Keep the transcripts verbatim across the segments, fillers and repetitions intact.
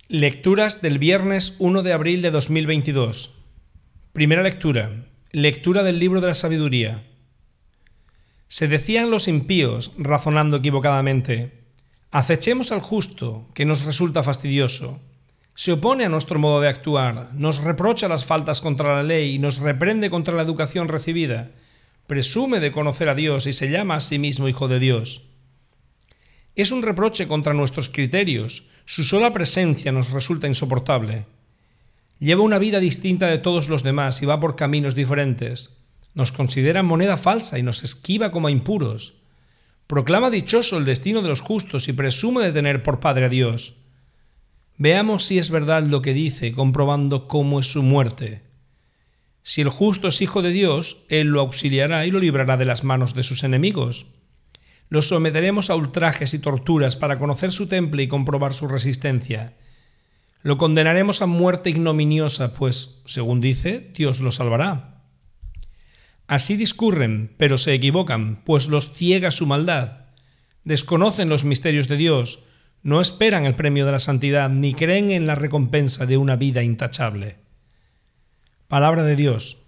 Lecturas del viernes uno de abril de dos mil veintidós. Primera lectura. Lectura del libro de la sabiduría. Se decían los impíos, razonando equivocadamente: acechemos al justo, que nos resulta fastidioso. Se opone a nuestro modo de actuar, nos reprocha las faltas contra la ley y nos reprende contra la educación recibida. Presume de conocer a Dios y se llama a sí mismo hijo de Dios. Es un reproche contra nuestros criterios. Su sola presencia nos resulta insoportable. Lleva una vida distinta de todos los demás y va por caminos diferentes. Nos considera moneda falsa y nos esquiva como a impuros. Proclama dichoso el destino de los justos y presume de tener por padre a Dios. Veamos si es verdad lo que dice, comprobando cómo es su muerte. Si el justo es hijo de Dios, Él lo auxiliará y lo librará de las manos de sus enemigos. Lo someteremos a ultrajes y torturas para conocer su temple y comprobar su resistencia. Lo condenaremos a muerte ignominiosa, pues, según dice, Dios lo salvará. Así discurren, pero se equivocan, pues los ciega su maldad. Desconocen los misterios de Dios, no esperan el premio de la santidad, ni creen en la recompensa de una vida intachable. Palabra de Dios.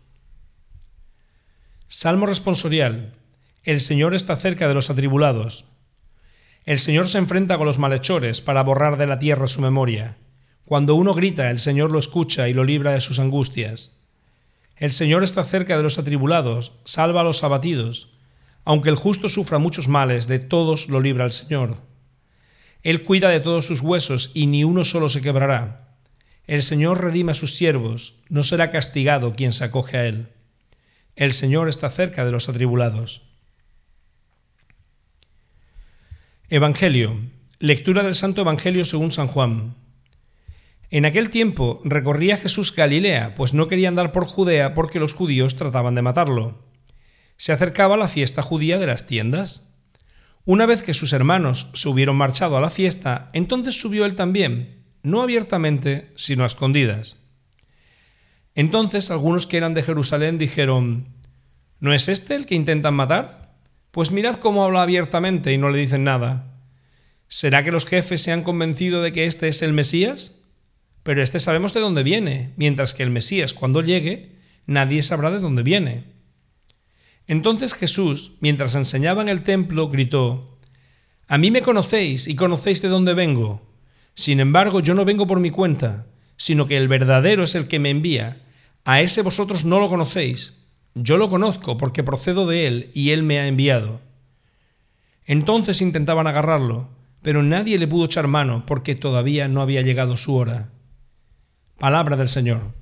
Salmo responsorial. El Señor está cerca de los atribulados. El Señor se enfrenta con los malhechores para borrar de la tierra su memoria. Cuando uno grita, el Señor lo escucha y lo libra de sus angustias. El Señor está cerca de los atribulados, salva a los abatidos. Aunque el justo sufra muchos males, de todos lo libra el Señor. Él cuida de todos sus huesos y ni uno solo se quebrará. El Señor redime a sus siervos, no será castigado quien se acoge a Él. El Señor está cerca de los atribulados. Evangelio. Lectura del Santo Evangelio según San Juan. En aquel tiempo recorría Jesús Galilea, pues no quería andar por Judea porque los judíos trataban de matarlo. Se acercaba la fiesta judía de las tiendas. Una vez que sus hermanos se hubieron marchado a la fiesta, entonces subió él también, no abiertamente, sino a escondidas. Entonces algunos que eran de Jerusalén dijeron: ¿no es este el que intentan matar? Pues mirad cómo habla abiertamente y no le dicen nada. ¿Será que los jefes se han convencido de que este es el Mesías? Pero este sabemos de dónde viene, mientras que el Mesías, cuando llegue, nadie sabrá de dónde viene. Entonces Jesús, mientras enseñaba en el templo, gritó: «A mí me conocéis y conocéis de dónde vengo. Sin embargo, yo no vengo por mi cuenta, sino que el verdadero es el que me envía. A ese vosotros no lo conocéis. Yo lo conozco porque procedo de él y él me ha enviado». Entonces intentaban agarrarlo, pero nadie le pudo echar mano porque todavía no había llegado su hora. Palabra del Señor.